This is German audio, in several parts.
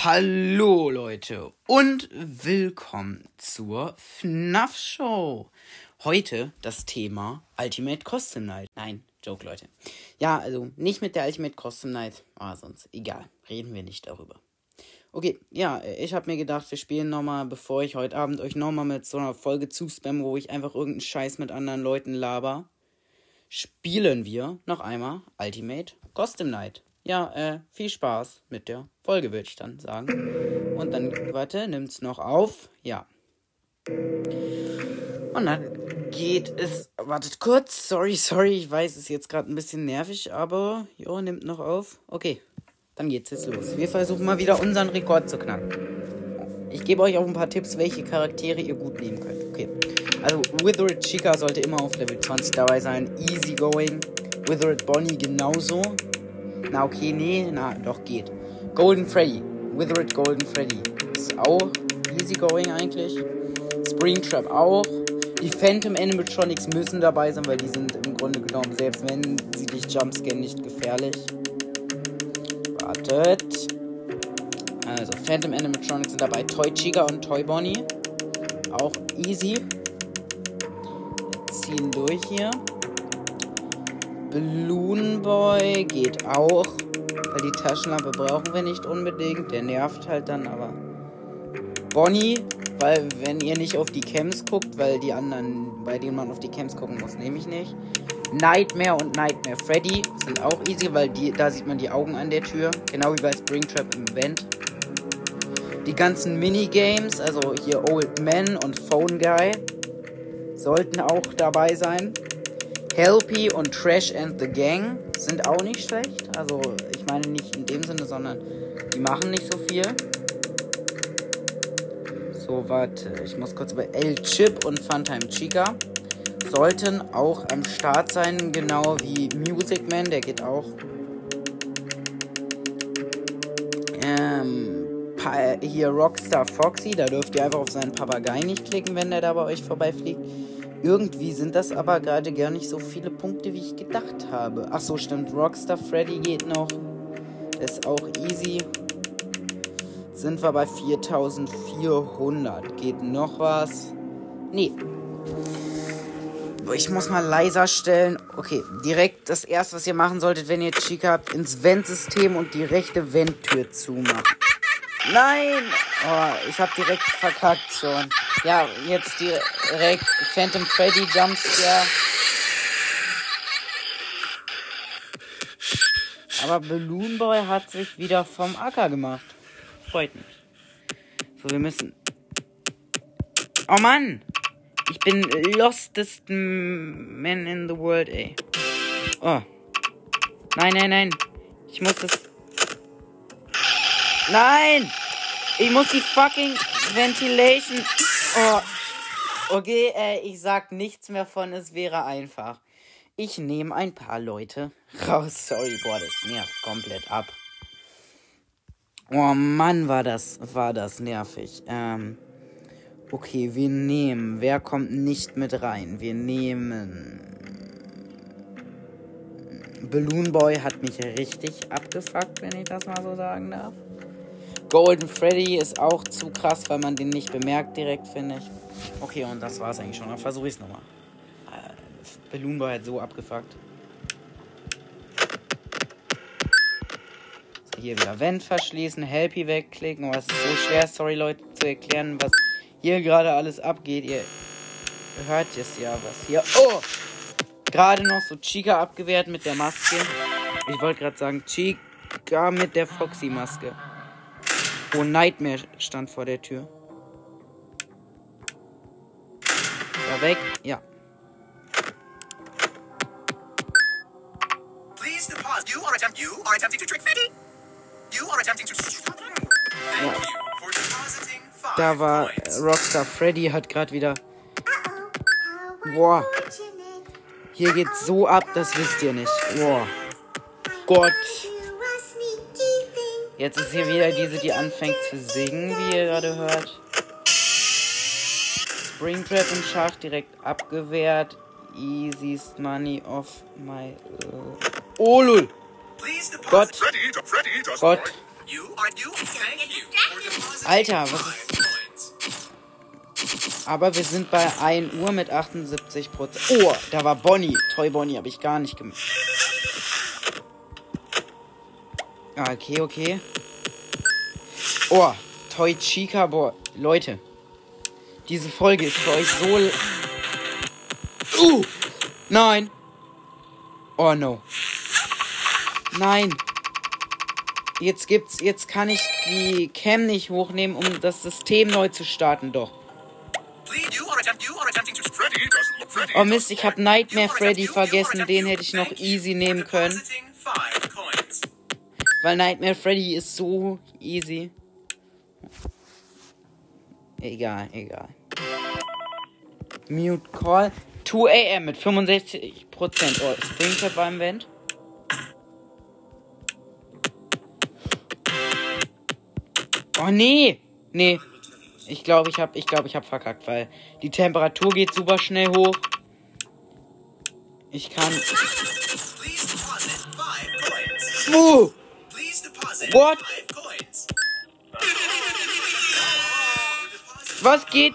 Hallo Leute und willkommen zur FNAF Show. Heute das Thema Ultimate Custom Night. Nein, Joke Leute. Ja, also nicht mit der Ultimate Custom Night, aber sonst egal, reden wir nicht darüber. Okay, ja, ich habe mir gedacht, wir spielen nochmal, bevor ich heute Abend euch nochmal mit so einer Folge zuspammen, wo ich einfach irgendeinen Scheiß mit anderen Leuten laber, spielen wir noch einmal Ultimate Custom Night. Ja, viel Spaß mit der Folge, würde ich dann sagen. Und dann, warte, nimmt's noch auf. Ja. Und dann geht es, wartet kurz, sorry, ich weiß, es ist jetzt gerade ein bisschen nervig, aber, jo, nimmt noch auf. Okay, dann geht's jetzt los. Wir versuchen mal wieder unseren Rekord zu knacken. Ich gebe euch auch ein paar Tipps, welche Charaktere ihr gut nehmen könnt. Okay, also Withered Chica sollte immer auf Level 20 dabei sein. Easy going. Withered Bonnie genauso. Na okay, nee, na doch geht. Golden Freddy. Withered Golden Freddy. Ist auch easy going eigentlich. Springtrap auch. Die Phantom Animatronics müssen dabei sein, weil die sind im Grunde genommen, selbst wenn sie dich jumpscannen, nicht gefährlich. Wartet. Also Phantom Animatronics sind dabei. Toy Chica und Toy Bonnie. Auch easy. Wir ziehen durch hier. Balloon Boy geht auch, weil die Taschenlampe brauchen wir nicht unbedingt, der nervt halt dann, aber Bonnie, weil wenn ihr nicht auf die Cams guckt, weil die anderen, bei denen man auf die Cams gucken muss, nehme ich nicht. Nightmare und Nightmare Freddy sind auch easy, weil da sieht man die Augen an der Tür, genau wie bei Springtrap im Event. Die ganzen Minigames, also hier Old Man und Phone Guy, sollten auch dabei sein. Helpy und Trash and the Gang sind auch nicht schlecht. Also, ich meine nicht in dem Sinne, sondern die machen nicht so viel. So, warte. Ich muss kurz bei El Chip und Funtime Chica. Sollten auch am Start sein, genau wie Music Man, der geht auch. Hier Rockstar Foxy, da dürft ihr einfach auf seinen Papagei nicht klicken, wenn der da bei euch vorbeifliegt. Irgendwie sind das aber gerade gar nicht so viele Punkte, wie ich gedacht habe. Ach so, stimmt. Rockstar Freddy geht noch. Ist auch easy. Sind wir bei 4400. Geht noch was? Nee. Ich muss mal leiser stellen. Okay, direkt das erste, was ihr machen solltet, wenn ihr Chica habt, ins Ventsystem und die rechte Venttür zumachen. Nein! Oh, ich hab direkt verkackt schon. Ja, jetzt direkt Phantom Freddy Jumpscare. Aber Balloon Boy hat sich wieder vom Acker gemacht. Freut mich. So, wir müssen... Oh Mann! Ich bin lostest man in the world, ey. Oh. Nein. Ich muss das... Nein! Ich muss die fucking Ventilation... Oh. Okay, ich sag nichts mehr von, es wäre einfach. Ich nehme ein paar Leute raus. Sorry, boah, das nervt komplett ab. Oh Mann, war das nervig. Okay, wir nehmen... Wer kommt nicht mit rein? Wir nehmen... Balloon Boy hat mich richtig abgefuckt, wenn ich das mal so sagen darf. Golden Freddy ist auch zu krass, weil man den nicht bemerkt direkt, finde ich. Okay, und das war's eigentlich schon. Dann versuche ich es nochmal. Balloon Boy hat so abgefuckt. So, hier wieder Vent verschließen, Helpy wegklicken. Oh, es ist so schwer, sorry Leute, zu erklären, was hier gerade alles abgeht. Ihr hört es ja, was hier... Oh! Gerade noch so Chica abgewehrt mit der Maske. Ich wollte gerade sagen, Chica mit der Foxy-Maske. Oh, Nightmare stand vor der Tür. Ist er weg? Ja. Ja. Da war Rockstar Freddy, hat gerade wieder... Boah. Hier geht's so ab, das wisst ihr nicht. Boah. Gott. Jetzt ist hier wieder diese, die anfängt zu singen, wie ihr gerade hört. Springtrap im Schach direkt abgewehrt. Easiest money of my... Oh, lul. Gott. Alter, was ist... Aber wir sind bei 1 Uhr mit 78%. Oh, da war Bonnie. Toy Bonnie habe ich gar nicht gemacht. Ah, okay. Oh, Toy Chica, boah. Leute. Diese Folge ist für euch so... Nein. Oh no. Nein. Jetzt kann ich die Cam nicht hochnehmen, um das System neu zu starten, doch. Oh Mist, ich habe Nightmare Freddy vergessen, den hätte ich noch easy nehmen können. Weil Nightmare Freddy ist so easy. Egal. Mute Call. 2 AM mit 65%. Oh, Springtrap war im Vent. Oh nee. Ich glaube, ich hab verkackt, weil die Temperatur geht super schnell hoch. Ich kann... What? Was geht?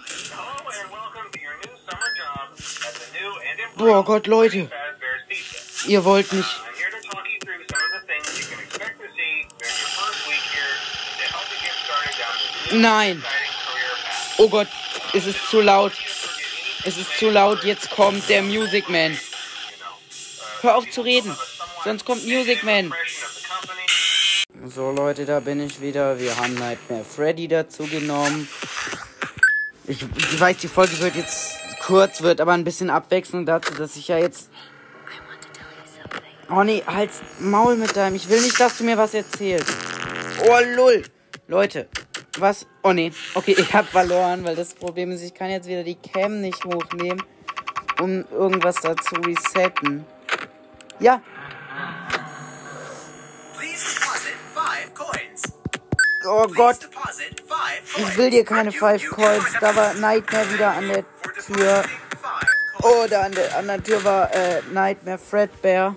Boah Gott, Leute. Ihr wollt nicht... Nein. Oh Gott, es ist zu laut. Jetzt kommt der Music Man. Hör auf zu reden, sonst kommt Music Man. So Leute, da bin ich wieder. Wir haben Nightmare Freddy dazu genommen. Ich weiß, die Folge wird jetzt kurz, wird aber ein bisschen Abwechslung dazu, dass ich ja jetzt... Oh nee, halt's Maul mit deinem. Ich will nicht, dass du mir was erzählst. Oh lull. Leute, was? Oh nee. Okay, ich hab verloren, weil das Problem ist, ich kann jetzt wieder die Cam nicht hochnehmen, um irgendwas da zu resetten. Ja. Oh Gott. Ich will dir keine 5 Coins. Da war Nightmare wieder an der Tür. Oh, da an der Tür war Nightmare Fredbear.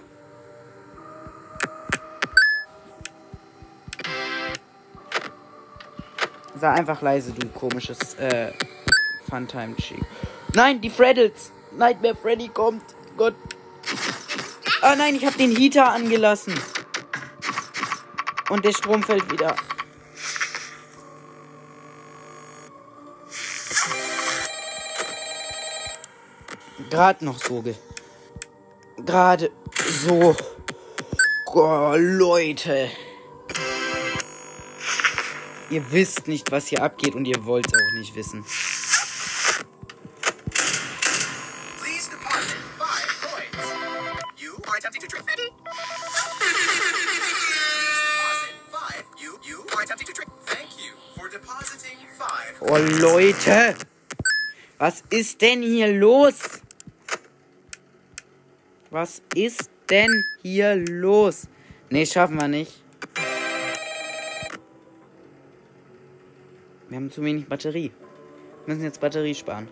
Sei einfach leise, du komisches Funtime-Chick. Nein, die Freddles. Nightmare Freddy kommt. Gott. Ah nein, ich habe den Heater angelassen. Und der Strom fällt wieder. Gerade noch so. Gerade so. Oh, Leute. Ihr wisst nicht, was hier abgeht und ihr wollt es auch nicht wissen. Oh Leute, was ist denn hier los? Was ist denn hier los? Nee, schaffen wir nicht. Wir haben zu wenig Batterie. Wir müssen jetzt Batterie sparen.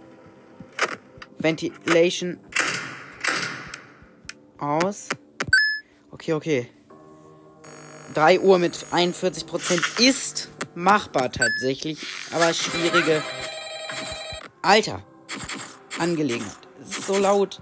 Ventilation aus. Okay. 3 Uhr mit 41% ist machbar tatsächlich. Aber schwierige... Alter. Angelegenheit. Es ist so laut.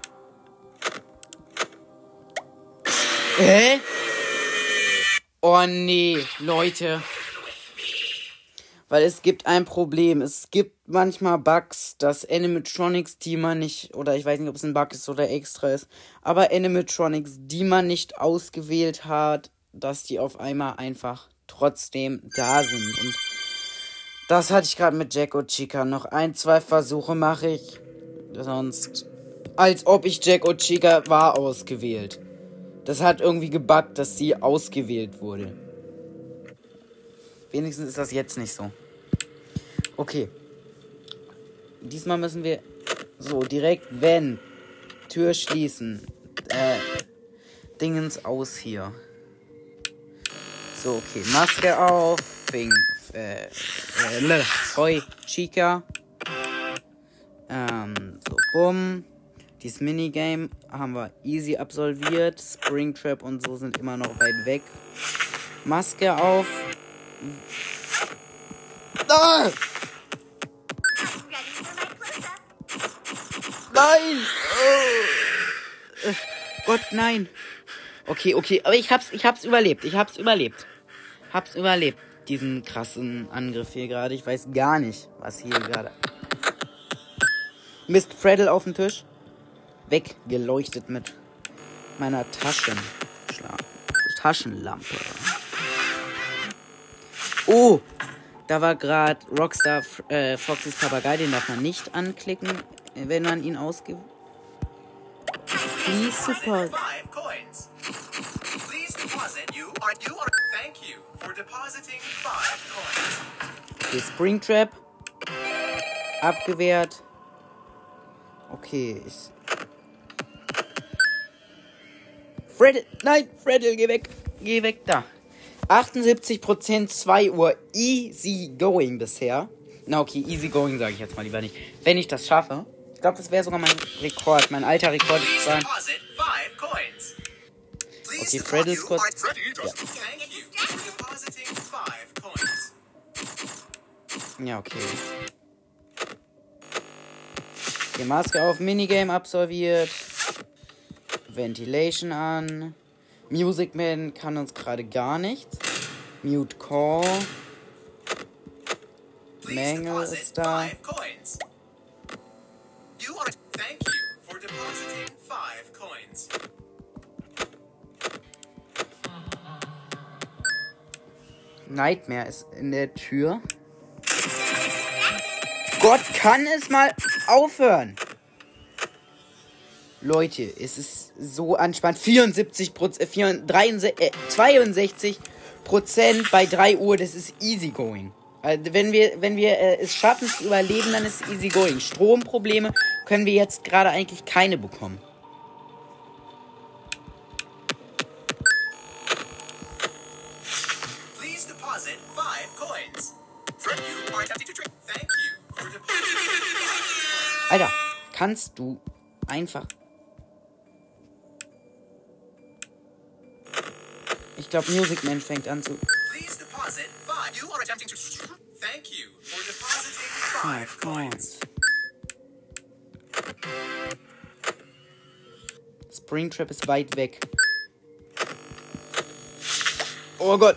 Oh nee, Leute. Weil es gibt ein Problem. Es gibt manchmal Bugs, dass Animatronics, die man nicht... Oder ich weiß nicht, ob es ein Bug ist oder extra ist. Aber Animatronics, die man nicht ausgewählt hat, dass die auf einmal einfach trotzdem da sind. Und das hatte ich gerade mit Jack und Chica. Noch 1-2 Versuche mache ich. Sonst... Als ob ich Jack und Chica war ausgewählt. Das hat irgendwie gebuggt, dass sie ausgewählt wurde. Wenigstens ist das jetzt nicht so. Okay. Diesmal müssen wir so direkt, wenn Tür schließen, Dingens aus hier. So, okay. Maske auf. Toy Chica. So, bumm. Dieses Minigame haben wir easy absolviert. Springtrap und so sind immer noch weit weg. Maske auf. Ah! Nein! Oh. Gott, nein. Okay, aber ich hab's überlebt. Hab's überlebt. Diesen krassen Angriff hier gerade. Ich weiß gar nicht, was hier gerade... Mist, Freddle auf den Tisch. Weggeleuchtet mit meiner Taschenlampe. Oh, da war gerade Rockstar Foxys Papagei. Den darf man nicht anklicken, wenn man ihn ausgibt. Please support. Okay, Springtrap. Abgewehrt. Okay, Freddle, geh weg da. 78%, 2 Uhr, easy going bisher. Na okay, easy going sage ich jetzt mal lieber nicht. Wenn ich das schaffe, ich glaube, das wäre sogar mein Rekord. Mein alter Rekord ist zwar... Okay, Freddle ist kurz... Ja, okay. Die Maske auf, Minigame absolviert. Ventilation an. Music Man kann uns gerade gar nichts. Mute Call. Mangle ist da. Nightmare ist in der Tür. Gott, kann es mal aufhören? Leute, es ist so anspannt. 62% bei 3 Uhr, das ist easy going. Also wenn wir es schaffen zu überleben, dann ist es easy going. Stromprobleme können wir jetzt gerade eigentlich keine bekommen. Alter, kannst du einfach... Ich glaube, Music Man fängt an zu... 5 coins. Springtrap ist weit weg. Oh Gott.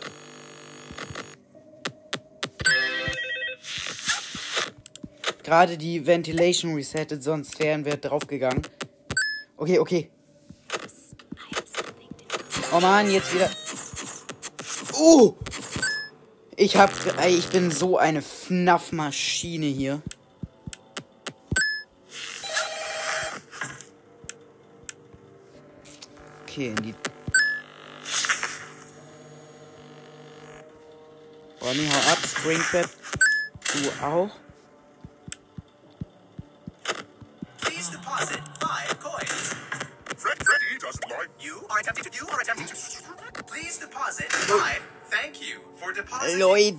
Gerade die Ventilation resettet, sonst wären wir draufgegangen. Okay. Oh Mann, jetzt wieder. Ich bin so eine FNAF-Maschine hier. Okay, in die... Bonnie, hau ab, Springtrap. Du auch. Leute,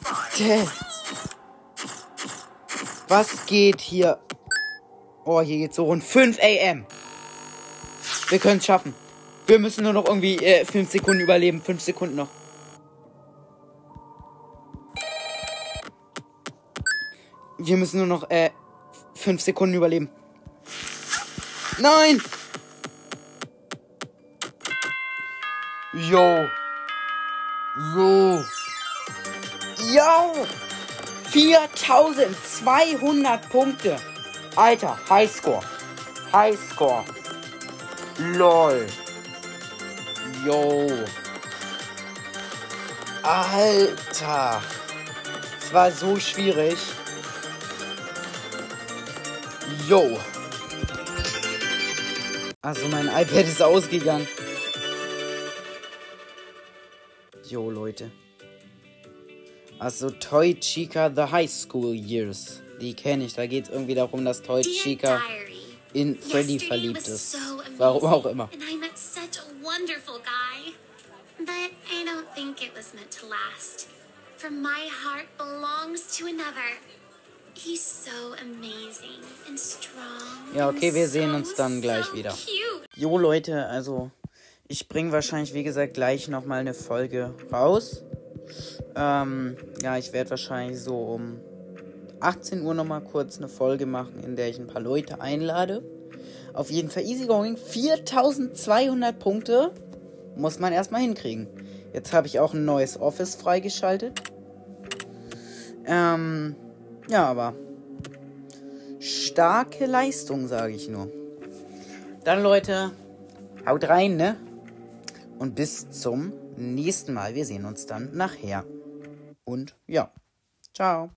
was geht hier? Oh, hier geht's so rund 5 AM. Wir können es schaffen. Wir müssen nur noch irgendwie 5 Sekunden überleben. 5 Sekunden noch. Wir müssen nur noch 5 Sekunden überleben. Nein! Yo! 4200 Punkte. Alter, Highscore. LOL. Yo. Alter. Es war so schwierig. Yo. Also mein iPad ist ausgegangen. Jo, Leute. Also Toy Chica The High School Years. Die kenne ich. Da geht es irgendwie darum, dass Toy Chica in Freddy verliebt ist. Warum auch immer. And I met such a wonderful guy. But I don't think it was meant to last. For my heart belongs to another. He's so amazing and strong. Ja, okay, wir sehen uns dann gleich wieder. Jo, Leute, also ich bringe wahrscheinlich, wie gesagt, gleich nochmal eine Folge raus. Ja, ich werde wahrscheinlich so um 18 Uhr nochmal kurz eine Folge machen, in der ich ein paar Leute einlade. Auf jeden Fall easygoing. 4200 Punkte muss man erstmal hinkriegen. Jetzt habe ich auch ein neues Office freigeschaltet. Ja, aber starke Leistung, sage ich nur. Dann, Leute, haut rein, ne? Und bis zum nächsten Mal. Wir sehen uns dann nachher. Und ja, ciao.